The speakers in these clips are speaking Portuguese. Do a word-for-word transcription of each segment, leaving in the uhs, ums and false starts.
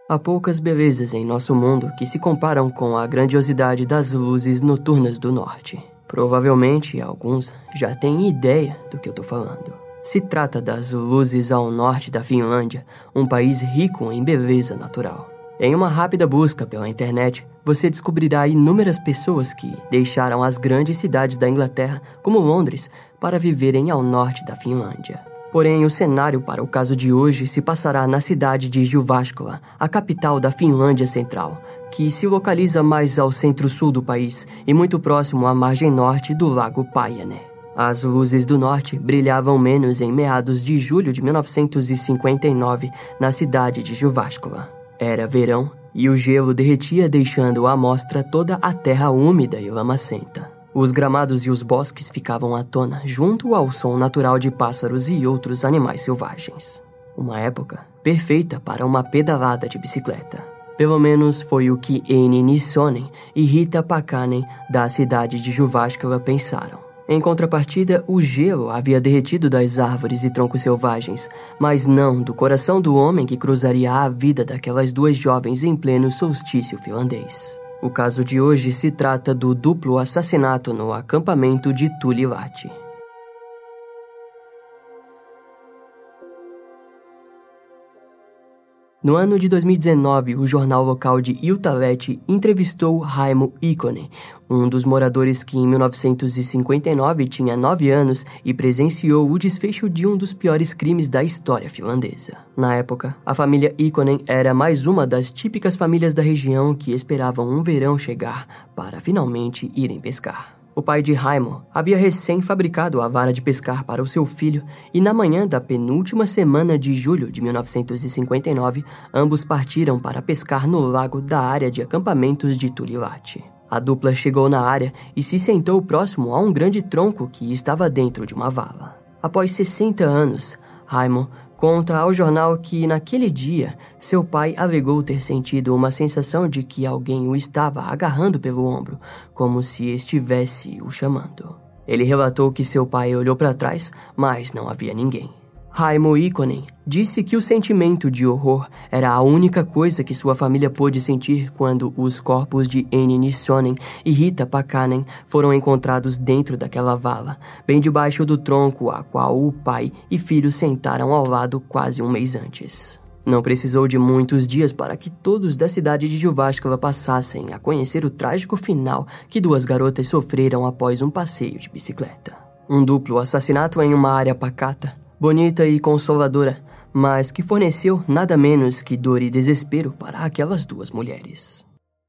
Há poucas belezas em nosso mundo que se comparam com a grandiosidade das luzes noturnas do norte. Provavelmente alguns já têm ideia do que eu tô falando. Se trata das luzes ao norte da Finlândia, um país rico em beleza natural. Em uma rápida busca pela internet, você descobrirá inúmeras pessoas que deixaram as grandes cidades da Inglaterra, como Londres, para viverem ao norte da Finlândia. Porém, o cenário para o caso de hoje se passará na cidade de Jyväskylä, a capital da Finlândia Central, que se localiza mais ao centro-sul do país e muito próximo à margem norte do Lago Päijänne. As luzes do norte brilhavam menos em meados de julho de mil novecentos e cinquenta e nove na cidade de Jyväskylä. Era verão e o gelo derretia, deixando à mostra toda a terra úmida e lamacenta. Os gramados e os bosques ficavam à tona, junto ao som natural de pássaros e outros animais selvagens. Uma época perfeita para uma pedalada de bicicleta. Pelo menos foi o que Eini Nissonen e Rita Pakkanen, da cidade de Jyväskylä, pensaram. Em contrapartida, o gelo havia derretido das árvores e troncos selvagens, mas não do coração do homem que cruzaria a vida daquelas duas jovens em pleno solstício finlandês. O caso de hoje se trata do duplo assassinato no acampamento de Tulilahti. No ano de dois mil e dezenove, o jornal local de Iltalehti entrevistou Raimo Ikonen, um dos moradores que em mil novecentos e cinquenta e nove tinha nove anos e presenciou o desfecho de um dos piores crimes da história finlandesa. Na época, a família Ikonen era mais uma das típicas famílias da região que esperavam um verão chegar para finalmente irem pescar. O pai de Raimo havia recém-fabricado a vara de pescar para o seu filho e na manhã da penúltima semana de julho de mil novecentos e cinquenta e nove, ambos partiram para pescar no lago da área de acampamentos de Tulilahti. A dupla chegou na área e se sentou próximo a um grande tronco que estava dentro de uma vala. Após sessenta anos, Raimo conta ao jornal que, naquele dia, seu pai alegou ter sentido uma sensação de que alguém o estava agarrando pelo ombro, como se estivesse o chamando. Ele relatou que seu pai olhou para trás, mas não havia ninguém. Raimo Ikonen disse que o sentimento de horror era a única coisa que sua família pôde sentir quando os corpos de Eini Nissonen e Rita Pakkanen foram encontrados dentro daquela vala, bem debaixo do tronco a qual o pai e filho sentaram ao lado quase um mês antes. Não precisou de muitos dias para que todos da cidade de Jyväskylä passassem a conhecer o trágico final que duas garotas sofreram após um passeio de bicicleta. Um duplo assassinato em uma área pacata, bonita e consoladora, mas que forneceu nada menos que dor e desespero para aquelas duas mulheres.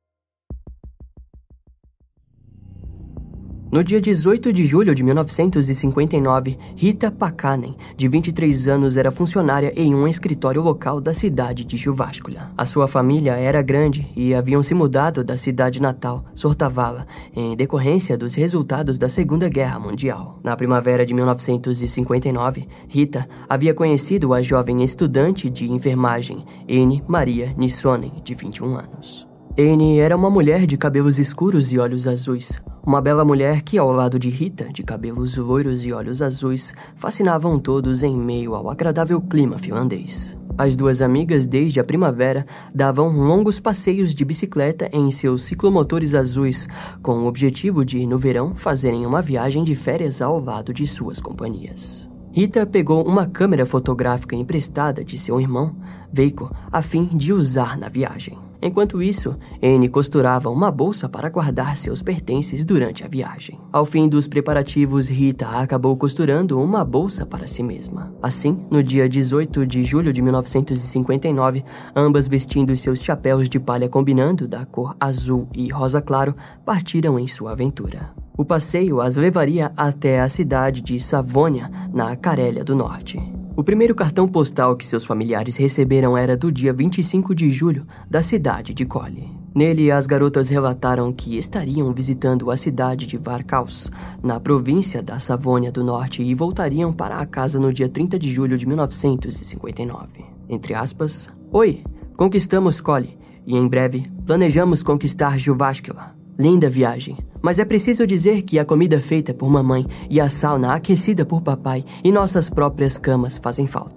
No dia dezoito de julho de mil novecentos e cinquenta e nove, Rita Pakkanen, de vinte e três anos, era funcionária em um escritório local da cidade de Jyväskylä. A sua família era grande e haviam se mudado da cidade natal, Sortavala, em decorrência dos resultados da Segunda Guerra Mundial. Na primavera de mil novecentos e cinquenta e nove, Rita havia conhecido a jovem estudante de enfermagem, Eini Maria Nissonen, de vinte e um anos. Eini era uma mulher de cabelos escuros e olhos azuis. Uma bela mulher que, ao lado de Rita, de cabelos loiros e olhos azuis, fascinavam todos em meio ao agradável clima finlandês. As duas amigas, desde a primavera, davam longos passeios de bicicleta em seus ciclomotores azuis, com o objetivo de, no verão, fazerem uma viagem de férias ao lado de suas companhias. Rita pegou uma câmera fotográfica emprestada de seu irmão, Veikko, a fim de usar na viagem. Enquanto isso, Eini costurava uma bolsa para guardar seus pertences durante a viagem. Ao fim dos preparativos, Rita acabou costurando uma bolsa para si mesma. Assim, no dia dezoito de julho de mil novecentos e cinquenta e nove, ambas vestindo seus chapéus de palha combinando da cor azul e rosa claro, partiram em sua aventura. O passeio as levaria até a cidade de Savônia, na Carélia do Norte. O primeiro cartão postal que seus familiares receberam era do dia vinte e cinco de julho, da cidade de Koli. Nele, as garotas relataram que estariam visitando a cidade de Varkaus, na província da Savônia do Norte, e voltariam para a casa no dia trinta de julho de mil novecentos e cinquenta e nove. Entre aspas, "Oi, conquistamos Koli, e em breve planejamos conquistar Jyväskylä. Linda viagem, mas é preciso dizer que a comida feita por mamãe e a sauna aquecida por papai e nossas próprias camas fazem falta.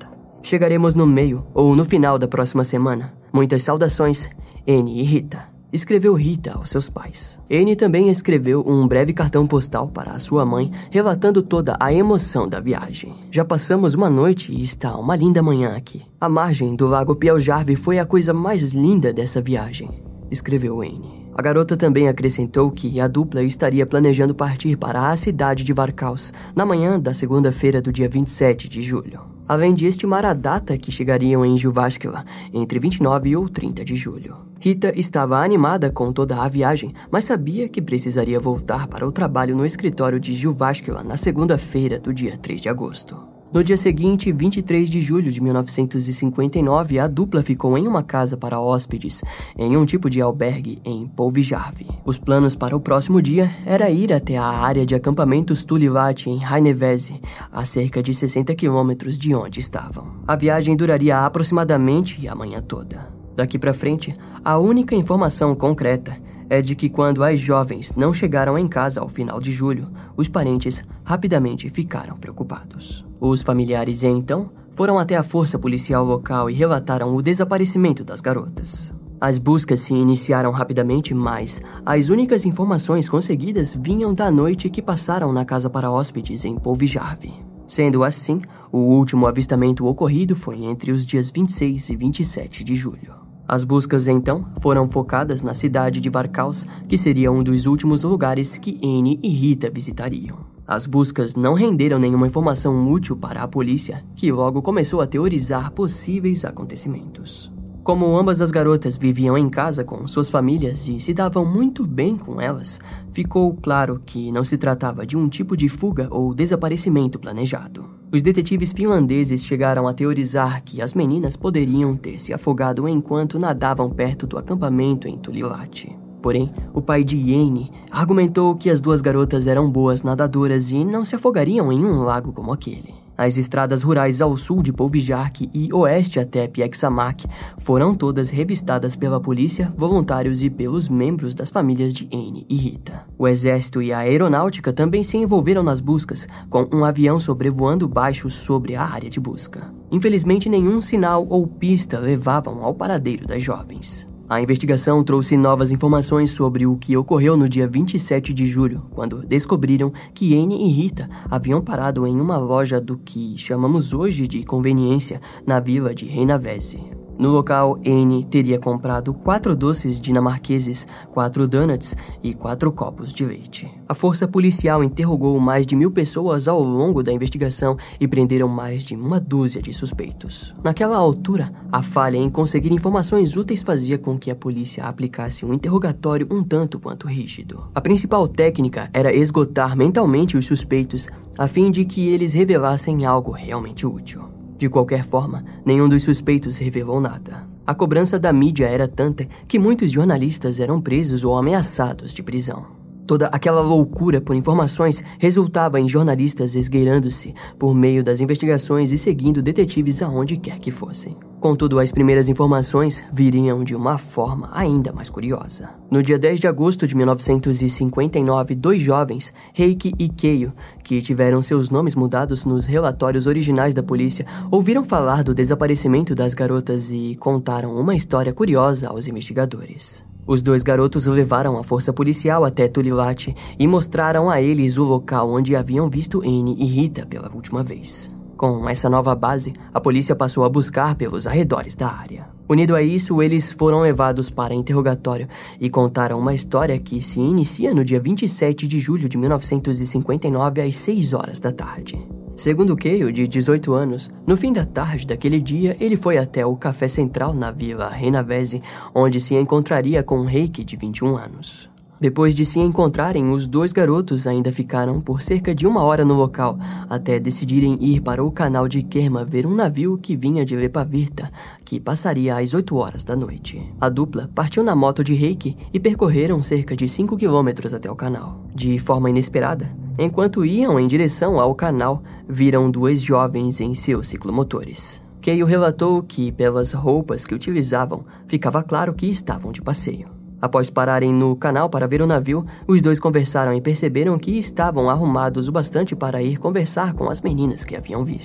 Chegaremos no meio ou no final da próxima semana. Muitas saudações, Anne e Rita. Escreveu Rita aos seus pais. Anne também escreveu um breve cartão postal para a sua mãe, relatando toda a emoção da viagem. Já passamos uma noite e está uma linda manhã aqui. A margem do lago Pieljärvi foi a coisa mais linda dessa viagem, escreveu Anne. A garota também acrescentou que a dupla estaria planejando partir para a cidade de Varkaus na manhã da segunda-feira do dia vinte e sete de julho, além de estimar a data que chegariam em Jyväskylä entre vinte e nove ou trinta de julho. Rita estava animada com toda a viagem, mas sabia que precisaria voltar para o trabalho no escritório de Jyväskylä na segunda-feira do dia três de agosto. No dia seguinte, vinte e três de julho de mil novecentos e cinquenta e nove, a dupla ficou em uma casa para hóspedes, em um tipo de albergue em Pieljärvi. Os planos para o próximo dia era ir até a área de acampamentos Tulivati em Heinävesi, a cerca de sessenta quilômetros de onde estavam. A viagem duraria aproximadamente a manhã toda. Daqui para frente, a única informação concreta é de que quando as jovens não chegaram em casa ao final de julho, os parentes rapidamente ficaram preocupados. Os familiares, então, foram até a força policial local e relataram o desaparecimento das garotas. As buscas se iniciaram rapidamente, mas as únicas informações conseguidas vinham da noite que passaram na casa para hóspedes em Pieljärvi. Sendo assim, o último avistamento ocorrido foi entre os dias vinte e seis e vinte e sete de julho. As buscas, então, foram focadas na cidade de Varkaus, que seria um dos últimos lugares que Anne e Rita visitariam. As buscas não renderam nenhuma informação útil para a polícia, que logo começou a teorizar possíveis acontecimentos. Como ambas as garotas viviam em casa com suas famílias e se davam muito bem com elas, ficou claro que não se tratava de um tipo de fuga ou desaparecimento planejado. Os detetives finlandeses chegaram a teorizar que as meninas poderiam ter se afogado enquanto nadavam perto do acampamento em Tulilahti. Porém, o pai de Anne argumentou que as duas garotas eram boas nadadoras e não se afogariam em um lago como aquele. As estradas rurais ao sul de Pieljärvi e oeste até Pieksämäki foram todas revistadas pela polícia, voluntários e pelos membros das famílias de Anne e Rita. O exército e a aeronáutica também se envolveram nas buscas, com um avião sobrevoando baixo sobre a área de busca. Infelizmente, nenhum sinal ou pista levavam ao paradeiro das jovens. A investigação trouxe novas informações sobre o que ocorreu no dia vinte e sete de julho, quando descobriram que Anne e Rita haviam parado em uma loja do que chamamos hoje de conveniência na vila de Heinävesi. No local, Anne teria comprado quatro doces dinamarqueses, quatro donuts e quatro copos de leite. A força policial interrogou mais de mil pessoas ao longo da investigação e prenderam mais de uma dúzia de suspeitos. Naquela altura, a falha em conseguir informações úteis fazia com que a polícia aplicasse um interrogatório um tanto quanto rígido. A principal técnica era esgotar mentalmente os suspeitos, a fim de que eles revelassem algo realmente útil. De qualquer forma, nenhum dos suspeitos revelou nada. A cobrança da mídia era tanta que muitos jornalistas eram presos ou ameaçados de prisão. Toda aquela loucura por informações resultava em jornalistas esgueirando-se por meio das investigações e seguindo detetives aonde quer que fossem. Contudo, as primeiras informações viriam de uma forma ainda mais curiosa. No dia dez de agosto de mil novecentos e cinquenta e nove, dois jovens, Heikki e Keijo, que tiveram seus nomes mudados nos relatórios originais da polícia, ouviram falar do desaparecimento das garotas e contaram uma história curiosa aos investigadores. Os dois garotos levaram a força policial até Tulilahti e mostraram a eles o local onde haviam visto Anne e Rita pela última vez. Com essa nova base, a polícia passou a buscar pelos arredores da área. Unido a isso, eles foram levados para interrogatório e contaram uma história que se inicia no dia vinte e sete de julho de mil novecentos e cinquenta e nove às seis horas da tarde. Segundo Keijo, de dezoito anos, no fim da tarde daquele dia, ele foi até o café central na vila Heinävesi, onde se encontraria com Heikki, de vinte e um anos. Depois de se encontrarem, os dois garotos ainda ficaram por cerca de uma hora no local, até decidirem ir para o canal de Kerma ver um navio que vinha de Lepavirta, que passaria às oito horas da noite. A dupla partiu na moto de Heikki e percorreram cerca de cinco quilômetros até o canal. De forma inesperada, enquanto iam em direção ao canal, viram duas jovens em seus ciclomotores. Keijo relatou que, pelas roupas que utilizavam, ficava claro que estavam de passeio. Após pararem no canal para ver o navio, os dois conversaram e perceberam que estavam arrumados o bastante para ir conversar com as meninas que haviam visto.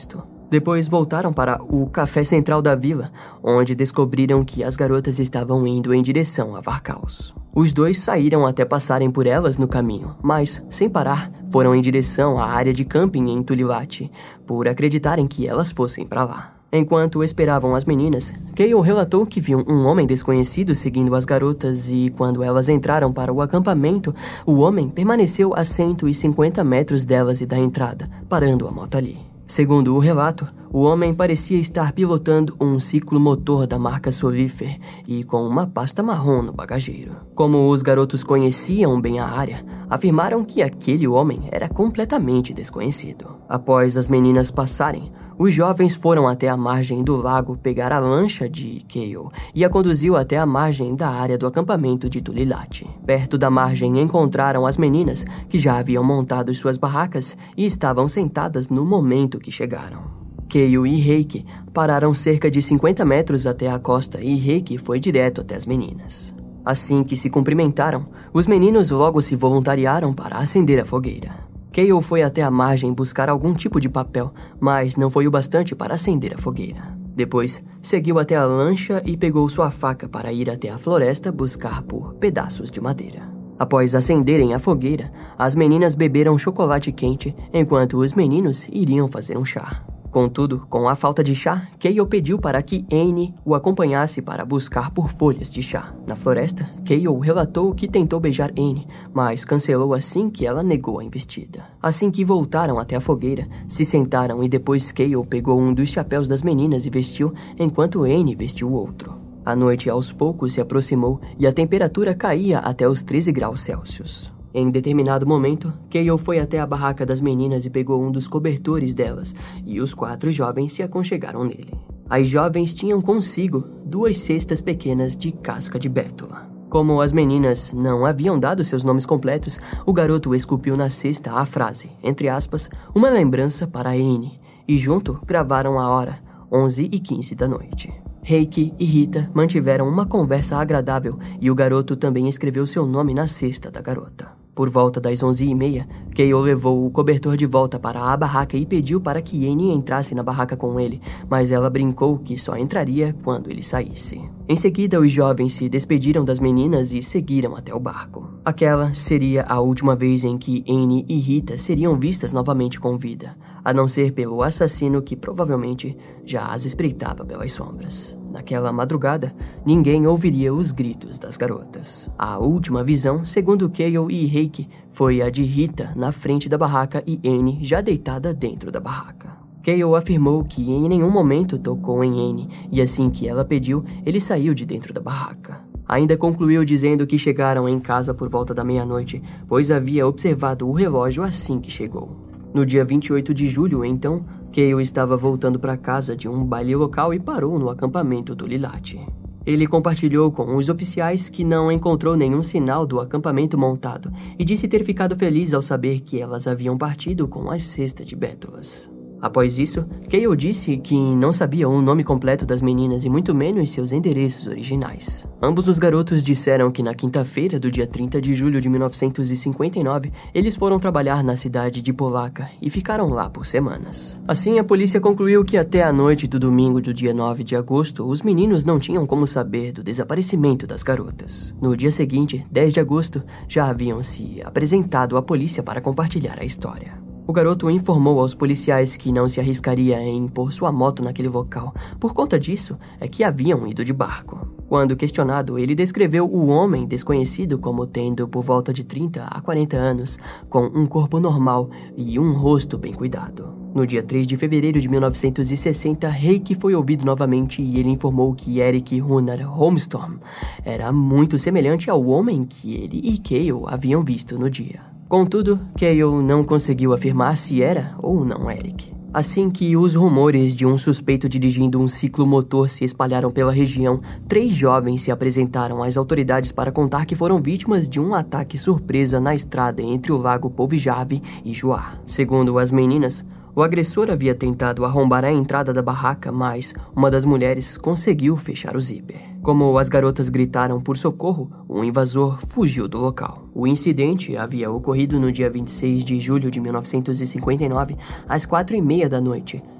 Depois voltaram para o café central da vila, onde descobriram que as garotas estavam indo em direção a Varkaus. Os dois saíram até passarem por elas no caminho, mas, sem parar, foram em direção à área de camping em Tulilate, por acreditarem que elas fossem para lá. Enquanto esperavam as meninas, Cale relatou que viu um homem desconhecido seguindo as garotas e, quando elas entraram para o acampamento, o homem permaneceu a cento e cinquenta metros delas e da entrada, parando a moto ali. Segundo o relato, o homem parecia estar pilotando um ciclomotor da marca Solifer e com uma pasta marrom no bagageiro. Como os garotos conheciam bem a área, afirmaram que aquele homem era completamente desconhecido. Após as meninas passarem, os jovens foram até a margem do lago pegar a lancha de Cale e a conduziu até a margem da área do acampamento de Tulilate. Perto da margem encontraram as meninas, que já haviam montado suas barracas e estavam sentadas no momento que chegaram. Cale e Reiki pararam cerca de cinquenta metros até a costa e Reiki foi direto até as meninas. Assim que se cumprimentaram, os meninos logo se voluntariaram para acender a fogueira. Cale foi até a margem buscar algum tipo de papel, mas não foi o bastante para acender a fogueira. Depois, seguiu até a lancha e pegou sua faca para ir até a floresta buscar por pedaços de madeira. Após acenderem a fogueira, as meninas beberam chocolate quente, enquanto os meninos iriam fazer um chá. Contudo, com a falta de chá, Cale pediu para que Anne o acompanhasse para buscar por folhas de chá. Na floresta, Cale relatou que tentou beijar Anne, mas cancelou assim que ela negou a investida. Assim que voltaram até a fogueira, se sentaram e depois Cale pegou um dos chapéus das meninas e vestiu, enquanto Anne vestiu o outro. A noite aos poucos se aproximou e a temperatura caía até os treze graus Celsius. Em determinado momento, Cale foi até a barraca das meninas e pegou um dos cobertores delas, e os quatro jovens se aconchegaram nele. As jovens tinham consigo duas cestas pequenas de casca de bétula. Como as meninas não haviam dado seus nomes completos, o garoto esculpiu na cesta a frase, entre aspas, uma lembrança para Anne, e junto gravaram a hora, onze e quinze da noite. Reiki e Rita mantiveram uma conversa agradável e o garoto também escreveu seu nome na cesta da garota. Por volta das onze e meia, Cale levou o cobertor de volta para a barraca e pediu para que Anne entrasse na barraca com ele, mas ela brincou que só entraria quando ele saísse. Em seguida, os jovens se despediram das meninas e seguiram até o barco. Aquela seria a última vez em que Anne e Rita seriam vistas novamente com vida, a não ser pelo assassino que provavelmente já as espreitava pelas sombras. Naquela madrugada, ninguém ouviria os gritos das garotas. A última visão, segundo Cale e Reiki, foi a de Rita na frente da barraca e Anne já deitada dentro da barraca. Cale afirmou que em nenhum momento tocou em Anne e assim que ela pediu, ele saiu de dentro da barraca. Ainda concluiu dizendo que chegaram em casa por volta da meia-noite, pois havia observado o relógio assim que chegou. No dia vinte e oito de julho, então, Cale estava voltando para casa de um baile local e parou no acampamento do Tulilate. Ele compartilhou com os oficiais que não encontrou nenhum sinal do acampamento montado e disse ter ficado feliz ao saber que elas haviam partido com as cestas de bétulas. Após isso, Cale disse que não sabia o nome completo das meninas e muito menos seus endereços originais. Ambos os garotos disseram que na quinta-feira do dia trinta de julho de mil novecentos e cinquenta e nove, eles foram trabalhar na cidade de Polaca e ficaram lá por semanas. Assim, a polícia concluiu que até a noite do domingo do dia nove de agosto, os meninos não tinham como saber do desaparecimento das garotas. No dia seguinte, dez de agosto, já haviam se apresentado à polícia para compartilhar a história. O garoto informou aos policiais que não se arriscaria em pôr sua moto naquele local. Por conta disso, é que haviam ido de barco. Quando questionado, ele descreveu o homem desconhecido como tendo por volta de trinta a quarenta anos, com um corpo normal e um rosto bem cuidado. No dia três de fevereiro de mil novecentos e sessenta, Reiki foi ouvido novamente e ele informou que Eric Runar Holmstrom era muito semelhante ao homem que ele e Cale haviam visto no dia. Contudo, Cale não conseguiu afirmar se era ou não Eric. Assim que os rumores de um suspeito dirigindo um ciclomotor se espalharam pela região, três jovens se apresentaram às autoridades para contar que foram vítimas de um ataque surpresa na estrada entre o lago Polvijave e Juar. Segundo as meninas, o agressor havia tentado arrombar a entrada da barraca, mas uma das mulheres conseguiu fechar o zíper. Como as garotas gritaram por socorro, o invasor fugiu do local. O incidente havia ocorrido no dia vinte e seis de julho de mil novecentos e cinquenta e nove, às quatro e meia da noite,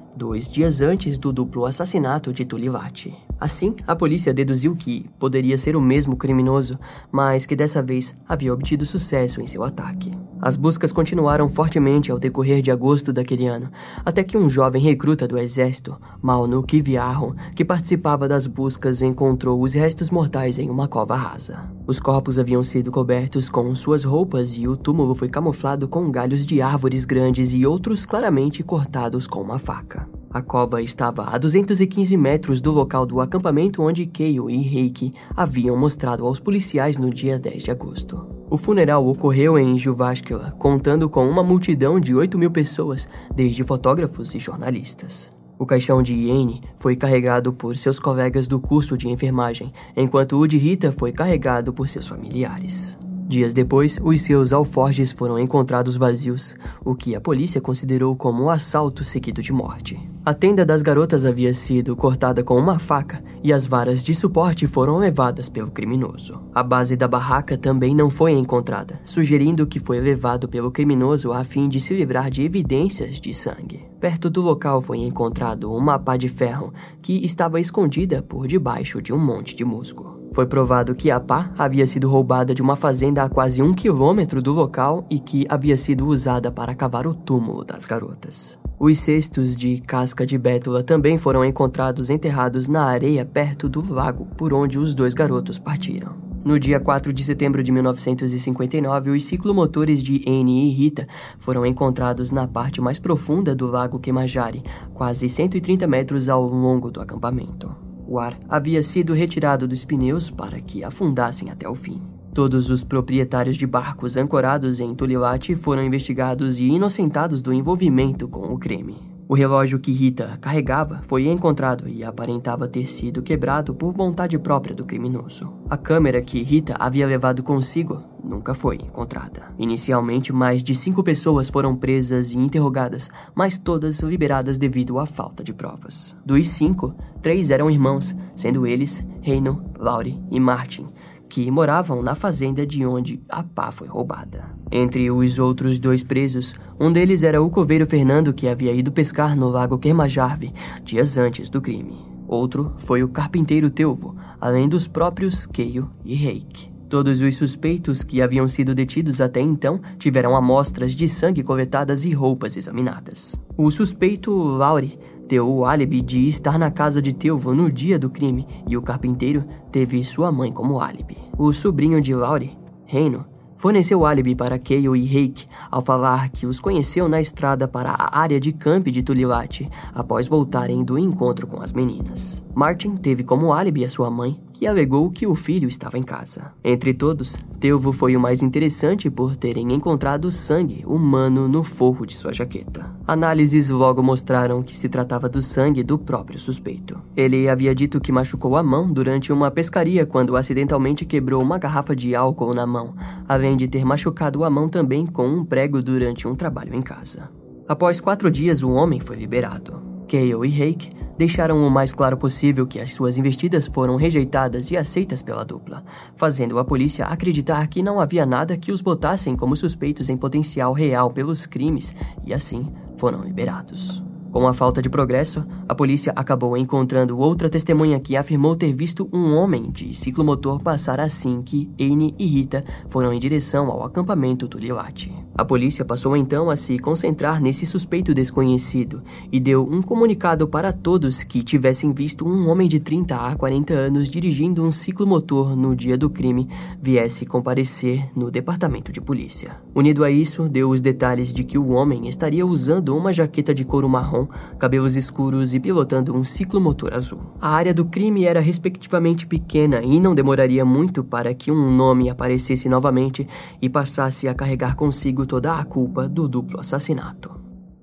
dois dias antes do duplo assassinato de Tulilati. Assim, a polícia deduziu que poderia ser o mesmo criminoso, mas que dessa vez havia obtido sucesso em seu ataque. As buscas continuaram fortemente ao decorrer de agosto daquele ano, até que um jovem recruta do exército, Maunu Kiviarro, que participava das buscas, encontrou os restos mortais em uma cova rasa. Os corpos haviam sido cobertos com suas roupas e o túmulo foi camuflado com galhos de árvores grandes e outros claramente cortados com uma faca. A cova estava a duzentos e quinze metros do local do acampamento onde Keio e Heikki haviam mostrado aos policiais no dia dez de agosto. O funeral ocorreu em Jyväskylä, contando com uma multidão de oito mil pessoas, desde fotógrafos e jornalistas. O caixão de Iene foi carregado por seus colegas do curso de enfermagem, enquanto o de Rita foi carregado por seus familiares. Dias depois, os seus alforjes foram encontrados vazios, o que a polícia considerou como um assalto seguido de morte. A tenda das garotas havia sido cortada com uma faca e as varas de suporte foram levadas pelo criminoso. A base da barraca também não foi encontrada, sugerindo que foi levado pelo criminoso a fim de se livrar de evidências de sangue. Perto do local foi encontrado uma pá de ferro que estava escondida por debaixo de um monte de musgo. Foi provado que a pá havia sido roubada de uma fazenda a quase um quilômetro do local e que havia sido usada para cavar o túmulo das garotas. Os cestos de casca de bétula também foram encontrados enterrados na areia perto do lago por onde os dois garotos partiram. No dia quatro de setembro de mil novecentos e cinquenta e nove, os ciclomotores de Annie e Rita foram encontrados na parte mais profunda do lago Kemajari, quase cento e trinta metros ao longo do acampamento. O ar havia sido retirado dos pneus para que afundassem até o fim. Todos os proprietários de barcos ancorados em Tulilati foram investigados e inocentados do envolvimento com o crime. O relógio que Rita carregava foi encontrado e aparentava ter sido quebrado por vontade própria do criminoso. A câmera que Rita havia levado consigo nunca foi encontrada. Inicialmente, mais de cinco pessoas foram presas e interrogadas, mas todas liberadas devido à falta de provas. Dos cinco, três eram irmãos, sendo eles Reino, Lauri e Martin, que moravam na fazenda de onde a pá foi roubada. Entre os outros dois presos, um deles era o coveiro Fernando, que havia ido pescar no lago Kemajarvi dias antes do crime. Outro foi o carpinteiro Teuvo, além dos próprios Keio e Heikki. Todos os suspeitos que haviam sido detidos até então tiveram amostras de sangue coletadas e roupas examinadas. O suspeito Lauri deu o álibi de estar na casa de Teuvo no dia do crime e o carpinteiro teve sua mãe como álibi. O sobrinho de Lauri, Reino, forneceu álibi para Keio e Heikki ao falar que os conheceu na estrada para a área de camp de Tulilati após voltarem do encontro com as meninas. Martin teve como álibi a sua mãe, que alegou que o filho estava em casa. Entre todos, Teuvo foi o mais interessante por terem encontrado sangue humano no forro de sua jaqueta. Análises logo mostraram que se tratava do sangue do próprio suspeito. Ele havia dito que machucou a mão durante uma pescaria quando acidentalmente quebrou uma garrafa de álcool na mão, além de ter machucado a mão também com um prego durante um trabalho em casa. Após quatro dias, o homem foi liberado. Keio e Heikki deixaram o mais claro possível que as suas investidas foram rejeitadas e aceitas pela dupla, fazendo a polícia acreditar que não havia nada que os botassem como suspeitos em potencial real pelos crimes e assim foram liberados. Com a falta de progresso, a polícia acabou encontrando outra testemunha que afirmou ter visto um homem de ciclomotor passar assim que Annie e Rita foram em direção ao acampamento Tulilati. A polícia passou então a se concentrar nesse suspeito desconhecido e deu um comunicado para todos que tivessem visto um homem de trinta a quarenta anos dirigindo um ciclomotor no dia do crime viesse comparecer no departamento de polícia. Unido a isso, deu os detalhes de que o homem estaria usando uma jaqueta de couro marrom, cabelos escuros e pilotando um ciclomotor azul. A área do crime era respectivamente pequena e não demoraria muito para que um nome aparecesse novamente e passasse a carregar consigo toda a culpa do duplo assassinato.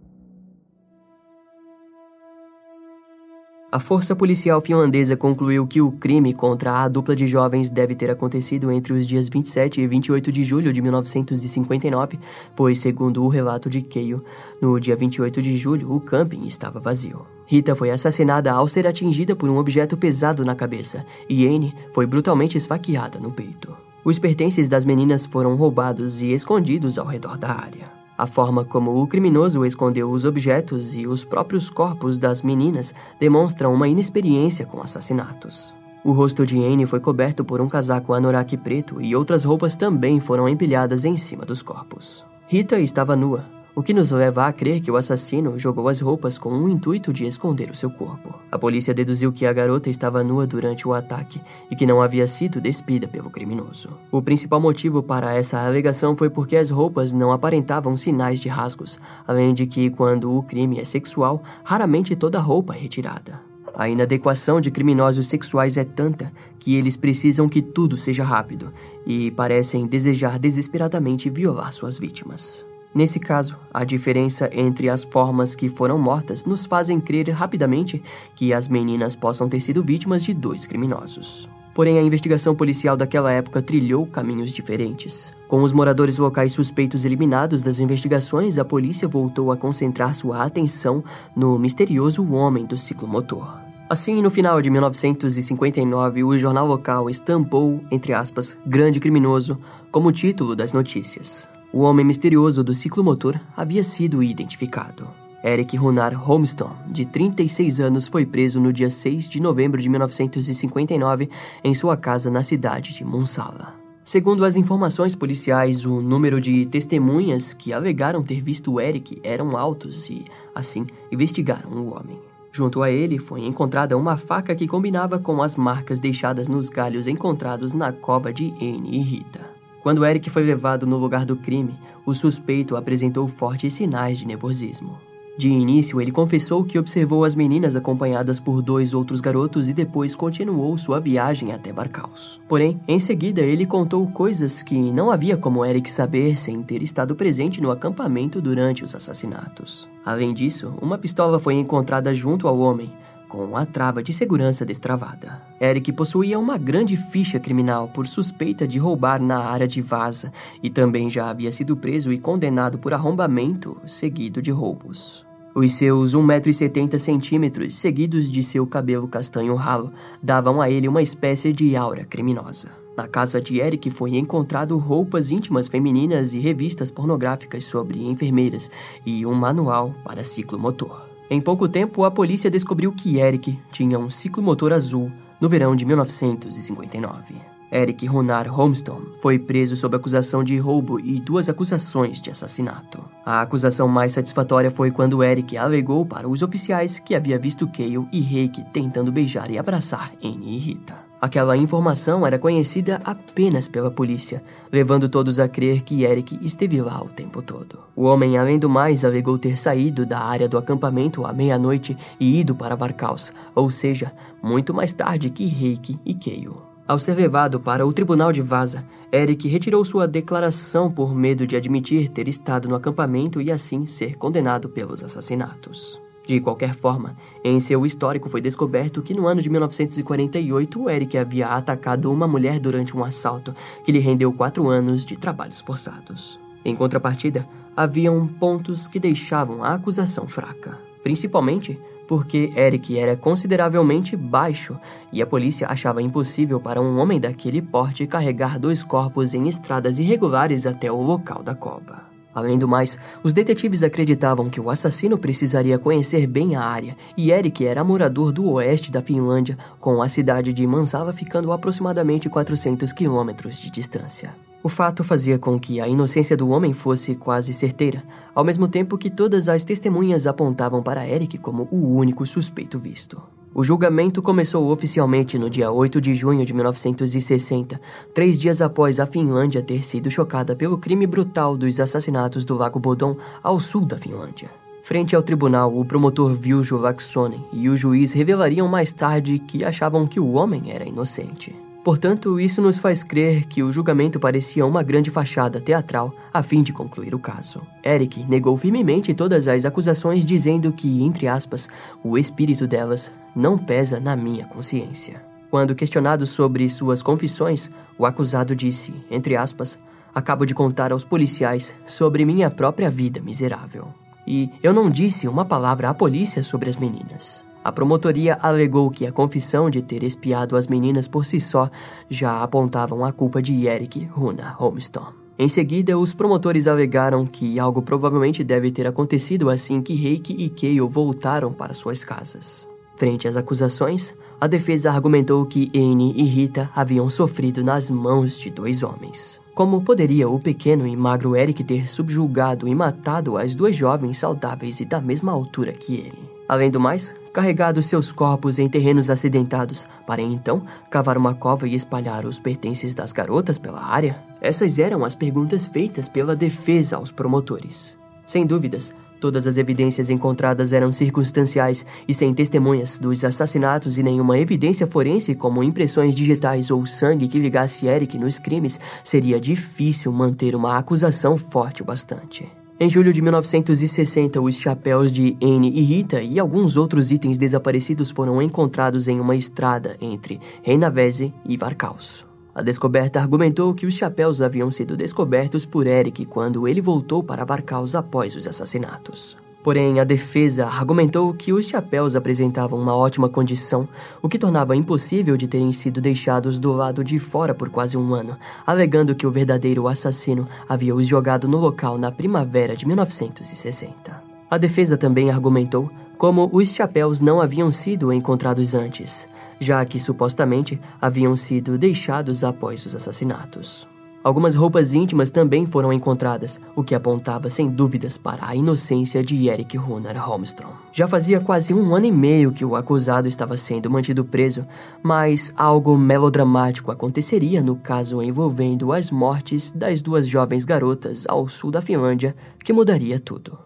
A força policial finlandesa concluiu que o crime contra a dupla de jovens deve ter acontecido entre os dias vinte e sete e vinte e oito de julho de mil novecentos e cinquenta e nove, pois, segundo o relato de Keio, no dia vinte e oito de julho o camping estava vazio. Rita foi assassinada ao ser atingida por um objeto pesado na cabeça e Annie foi brutalmente esfaqueada no peito. Os pertences das meninas foram roubados e escondidos ao redor da área. A forma como o criminoso escondeu os objetos e os próprios corpos das meninas demonstra uma inexperiência com assassinatos. O rosto de Anne foi coberto por um casaco anorak preto e outras roupas também foram empilhadas em cima dos corpos. Rita estava nua, o que nos leva a crer que o assassino jogou as roupas com o intuito de esconder o seu corpo. A polícia deduziu que a garota estava nua durante o ataque e que não havia sido despida pelo criminoso. O principal motivo para essa alegação foi porque as roupas não aparentavam sinais de rasgos, além de que, quando o crime é sexual, raramente toda a roupa é retirada. A inadequação de criminosos sexuais é tanta que eles precisam que tudo seja rápido e parecem desejar desesperadamente violar suas vítimas. Nesse caso, a diferença entre as formas que foram mortas nos fazem crer rapidamente que as meninas possam ter sido vítimas de dois criminosos. Porém, a investigação policial daquela época trilhou caminhos diferentes. Com os moradores locais suspeitos eliminados das investigações, a polícia voltou a concentrar sua atenção no misterioso homem do ciclomotor. Assim, no final de mil novecentos e cinquenta e nove, o jornal local estampou, entre aspas, grande criminoso, como título das notícias. O homem misterioso do ciclomotor havia sido identificado. Eric Runar Holmstone, de trinta e seis anos, foi preso no dia seis de novembro de mil novecentos e cinquenta e nove em sua casa na cidade de Munsala. Segundo as informações policiais, o número de testemunhas que alegaram ter visto Eric eram altos e, assim, investigaram o homem. Junto a ele foi encontrada uma faca que combinava com as marcas deixadas nos galhos encontrados na cova de Anne e Rita. Quando Eric foi levado no lugar do crime, o suspeito apresentou fortes sinais de nervosismo. De início, ele confessou que observou as meninas acompanhadas por dois outros garotos e depois continuou sua viagem até Barcaus. Porém, em seguida, ele contou coisas que não havia como Eric saber sem ter estado presente no acampamento durante os assassinatos. Além disso, uma pistola foi encontrada junto ao homem, com a trava de segurança destravada. Eric possuía uma grande ficha criminal por suspeita de roubar na área de Vaza e também já havia sido preso e condenado por arrombamento seguido de roubos. Os seus um metro e setenta centímetros, seguidos de seu cabelo castanho ralo, davam a ele uma espécie de aura criminosa. Na casa de Eric foi encontrado roupas íntimas femininas e revistas pornográficas sobre enfermeiras e um manual para ciclomotor. Em pouco tempo, a polícia descobriu que Eric tinha um ciclomotor azul no verão de mil novecentos e cinquenta e nove. Eric Runar Holmstone foi preso sob acusação de roubo e duas acusações de assassinato. A acusação mais satisfatória foi quando Eric alegou para os oficiais que havia visto Cale e Reiki tentando beijar e abraçar Anne e Rita. Aquela informação era conhecida apenas pela polícia, levando todos a crer que Eric esteve lá o tempo todo. O homem, além do mais, alegou ter saído da área do acampamento à meia-noite e ido para Barcaus, ou seja, muito mais tarde que Reiki e Cale. Ao ser levado para o tribunal de Vaza, Eric retirou sua declaração por medo de admitir ter estado no acampamento e assim ser condenado pelos assassinatos. De qualquer forma, em seu histórico foi descoberto que no ano de mil novecentos e quarenta e oito, Eric havia atacado uma mulher durante um assalto que lhe rendeu quatro anos de trabalhos forçados. Em contrapartida, haviam pontos que deixavam a acusação fraca, principalmente porque Eric era consideravelmente baixo e a polícia achava impossível para um homem daquele porte carregar dois corpos em estradas irregulares até o local da cova. Além do mais, os detetives acreditavam que o assassino precisaria conhecer bem a área, e Eric era morador do oeste da Finlândia, com a cidade de Munsala ficando a aproximadamente quatrocentos quilômetros de distância. O fato fazia com que a inocência do homem fosse quase certeira, ao mesmo tempo que todas as testemunhas apontavam para Eric como o único suspeito visto. O julgamento começou oficialmente no dia oito de junho de mil novecentos e sessenta, três dias após a Finlândia ter sido chocada pelo crime brutal dos assassinatos do Lago Bodom ao sul da Finlândia. Frente ao tribunal, o promotor Viljo Laaksonen e o juiz revelariam mais tarde que achavam que o homem era inocente. Portanto, isso nos faz crer que o julgamento parecia uma grande fachada teatral a fim de concluir o caso. Eric negou firmemente todas as acusações, dizendo que, entre aspas, o espírito delas não pesa na minha consciência. Quando questionado sobre suas confissões, o acusado disse, entre aspas, acabo de contar aos policiais sobre minha própria vida miserável. E eu não disse uma palavra à polícia sobre as meninas. A promotoria alegou que a confissão de ter espiado as meninas por si só já apontavam a culpa de Eric Runar Holmstone. Em seguida, os promotores alegaram que algo provavelmente deve ter acontecido assim que Reiki e Cale voltaram para suas casas. Frente às acusações, a defesa argumentou que Anne e Rita haviam sofrido nas mãos de dois homens. Como poderia o pequeno e magro Eric ter subjugado e matado as duas jovens saudáveis e da mesma altura que ele? Além do mais, carregado seus corpos em terrenos acidentados para então cavar uma cova e espalhar os pertences das garotas pela área? Essas eram as perguntas feitas pela defesa aos promotores. Sem dúvidas, todas as evidências encontradas eram circunstanciais e sem testemunhas dos assassinatos e nenhuma evidência forense como impressões digitais ou sangue que ligasse Eric nos crimes, seria difícil manter uma acusação forte o bastante. Em julho de mil novecentos e sessenta, os chapéus de Anne e Rita e alguns outros itens desaparecidos foram encontrados em uma estrada entre Reinavese e Varkaus. A descoberta argumentou que os chapéus haviam sido descobertos por Eric quando ele voltou para Varkaus após os assassinatos. Porém, a defesa argumentou que os chapéus apresentavam uma ótima condição, o que tornava impossível de terem sido deixados do lado de fora por quase um ano, alegando que o verdadeiro assassino havia os jogado no local na primavera de mil novecentos e sessenta. A defesa também argumentou como os chapéus não haviam sido encontrados antes, já que supostamente haviam sido deixados após os assassinatos. Algumas roupas íntimas também foram encontradas, o que apontava sem dúvidas para a inocência de Eric Runar Holmstrom. Já fazia quase um ano e meio que o acusado estava sendo mantido preso, mas algo melodramático aconteceria no caso envolvendo as mortes das duas jovens garotas ao sul da Finlândia, que mudaria tudo.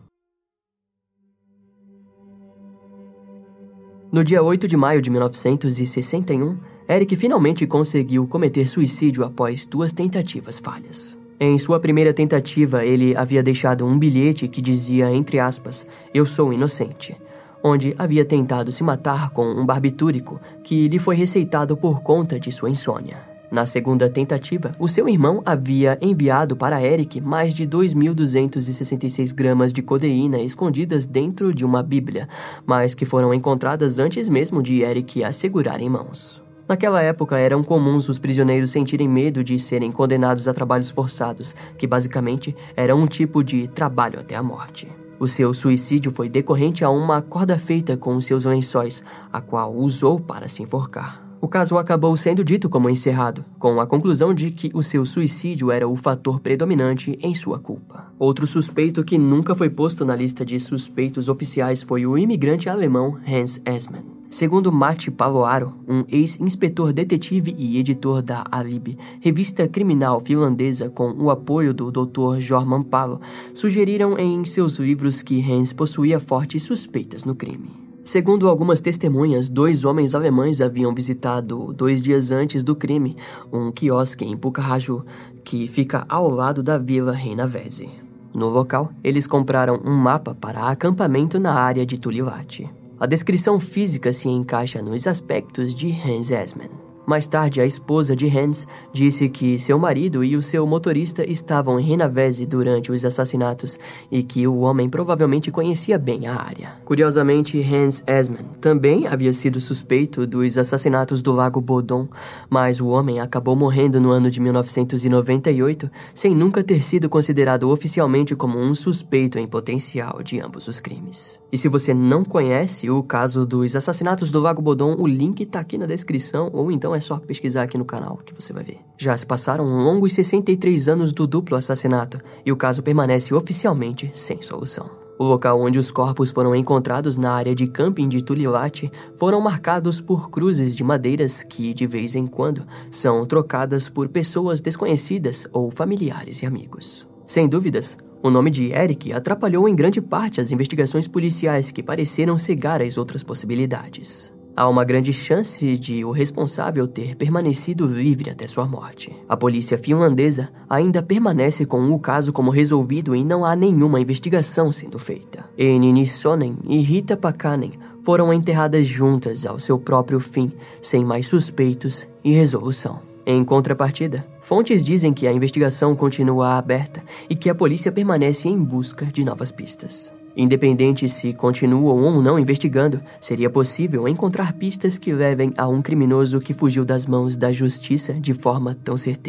No dia oito de maio de mil novecentos e sessenta e um, Eric finalmente conseguiu cometer suicídio após duas tentativas falhas. Em sua primeira tentativa, ele havia deixado um bilhete que dizia, entre aspas, "Eu sou inocente", onde havia tentado se matar com um barbitúrico que lhe foi receitado por conta de sua insônia. Na segunda tentativa, o seu irmão havia enviado para Eric mais de dois mil duzentos e sessenta e seis gramas de codeína escondidas dentro de uma bíblia, mas que foram encontradas antes mesmo de Eric as segurar em mãos. Naquela época, eram comuns os prisioneiros sentirem medo de serem condenados a trabalhos forçados, que basicamente era um tipo de trabalho até a morte. O seu suicídio foi decorrente a uma corda feita com seus lençóis, a qual usou para se enforcar. O caso acabou sendo dito como encerrado, com a conclusão de que o seu suicídio era o fator predominante em sua culpa. Outro suspeito que nunca foi posto na lista de suspeitos oficiais foi o imigrante alemão Hans Essmann. Segundo Matti Paloaro, um ex-inspetor detetive e editor da Alibi, revista criminal finlandesa com o apoio do doutor Jorman Palo, sugeriram em seus livros que Hans possuía fortes suspeitas no crime. Segundo algumas testemunhas, dois homens alemães haviam visitado, dois dias antes do crime, um quiosque em Pucahaju, que fica ao lado da vila Reinavese. No local, eles compraram um mapa para acampamento na área de Tulilahti. A descrição física se encaixa nos aspectos de Hans Essmann. Mais tarde, a esposa de Hans disse que seu marido e o seu motorista estavam em Reinavese durante os assassinatos e que o homem provavelmente conhecia bem a área. Curiosamente, Hans Essmann também havia sido suspeito dos assassinatos do Lago Bodom, mas o homem acabou morrendo no ano de mil novecentos e noventa e oito, sem nunca ter sido considerado oficialmente como um suspeito em potencial de ambos os crimes. E se você não conhece o caso dos assassinatos do Lago Bodom, o link tá aqui na descrição, ou então é só pesquisar aqui no canal que você vai ver. Já se passaram longos sessenta e três anos do duplo assassinato e o caso permanece oficialmente sem solução. O local onde os corpos foram encontrados na área de camping de Tulilahti foram marcados por cruzes de madeiras que, de vez em quando, são trocadas por pessoas desconhecidas ou familiares e amigos. Sem dúvidas, o nome de Eric atrapalhou em grande parte as investigações policiais que pareceram cegar as outras possibilidades. Há uma grande chance de o responsável ter permanecido livre até sua morte. A polícia finlandesa ainda permanece com o caso como resolvido e não há nenhuma investigação sendo feita. Anne Nissonen e Rita Pakkanen foram enterradas juntas ao seu próprio fim, sem mais suspeitos e resolução. Em contrapartida, fontes dizem que a investigação continua aberta e que a polícia permanece em busca de novas pistas. Independente se continuam ou não investigando, seria possível encontrar pistas que levem a um criminoso que fugiu das mãos da justiça de forma tão certeira.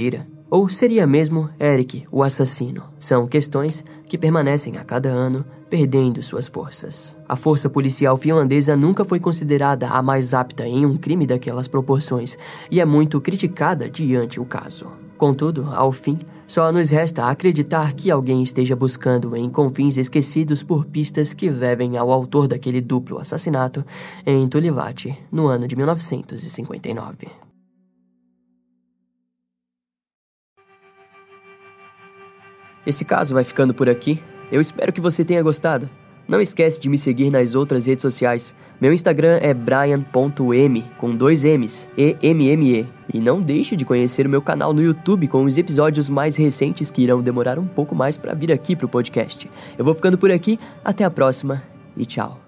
Ou seria mesmo Eric o assassino? São questões que permanecem a cada ano, perdendo suas forças. A força policial finlandesa nunca foi considerada a mais apta em um crime daquelas proporções e é muito criticada diante o caso. Contudo, ao fim, só nos resta acreditar que alguém esteja buscando em confins esquecidos por pistas que levem ao autor daquele duplo assassinato em Tulivati, no ano de mil novecentos e cinquenta e nove. Esse caso vai ficando por aqui. Eu espero que você tenha gostado. Não esquece de me seguir nas outras redes sociais. Meu Instagram é brian ponto m, com dois M's, E M M E. E não deixe de conhecer o meu canal no YouTube com os episódios mais recentes que irão demorar um pouco mais para vir aqui pro podcast. Eu vou ficando por aqui, até a próxima e tchau.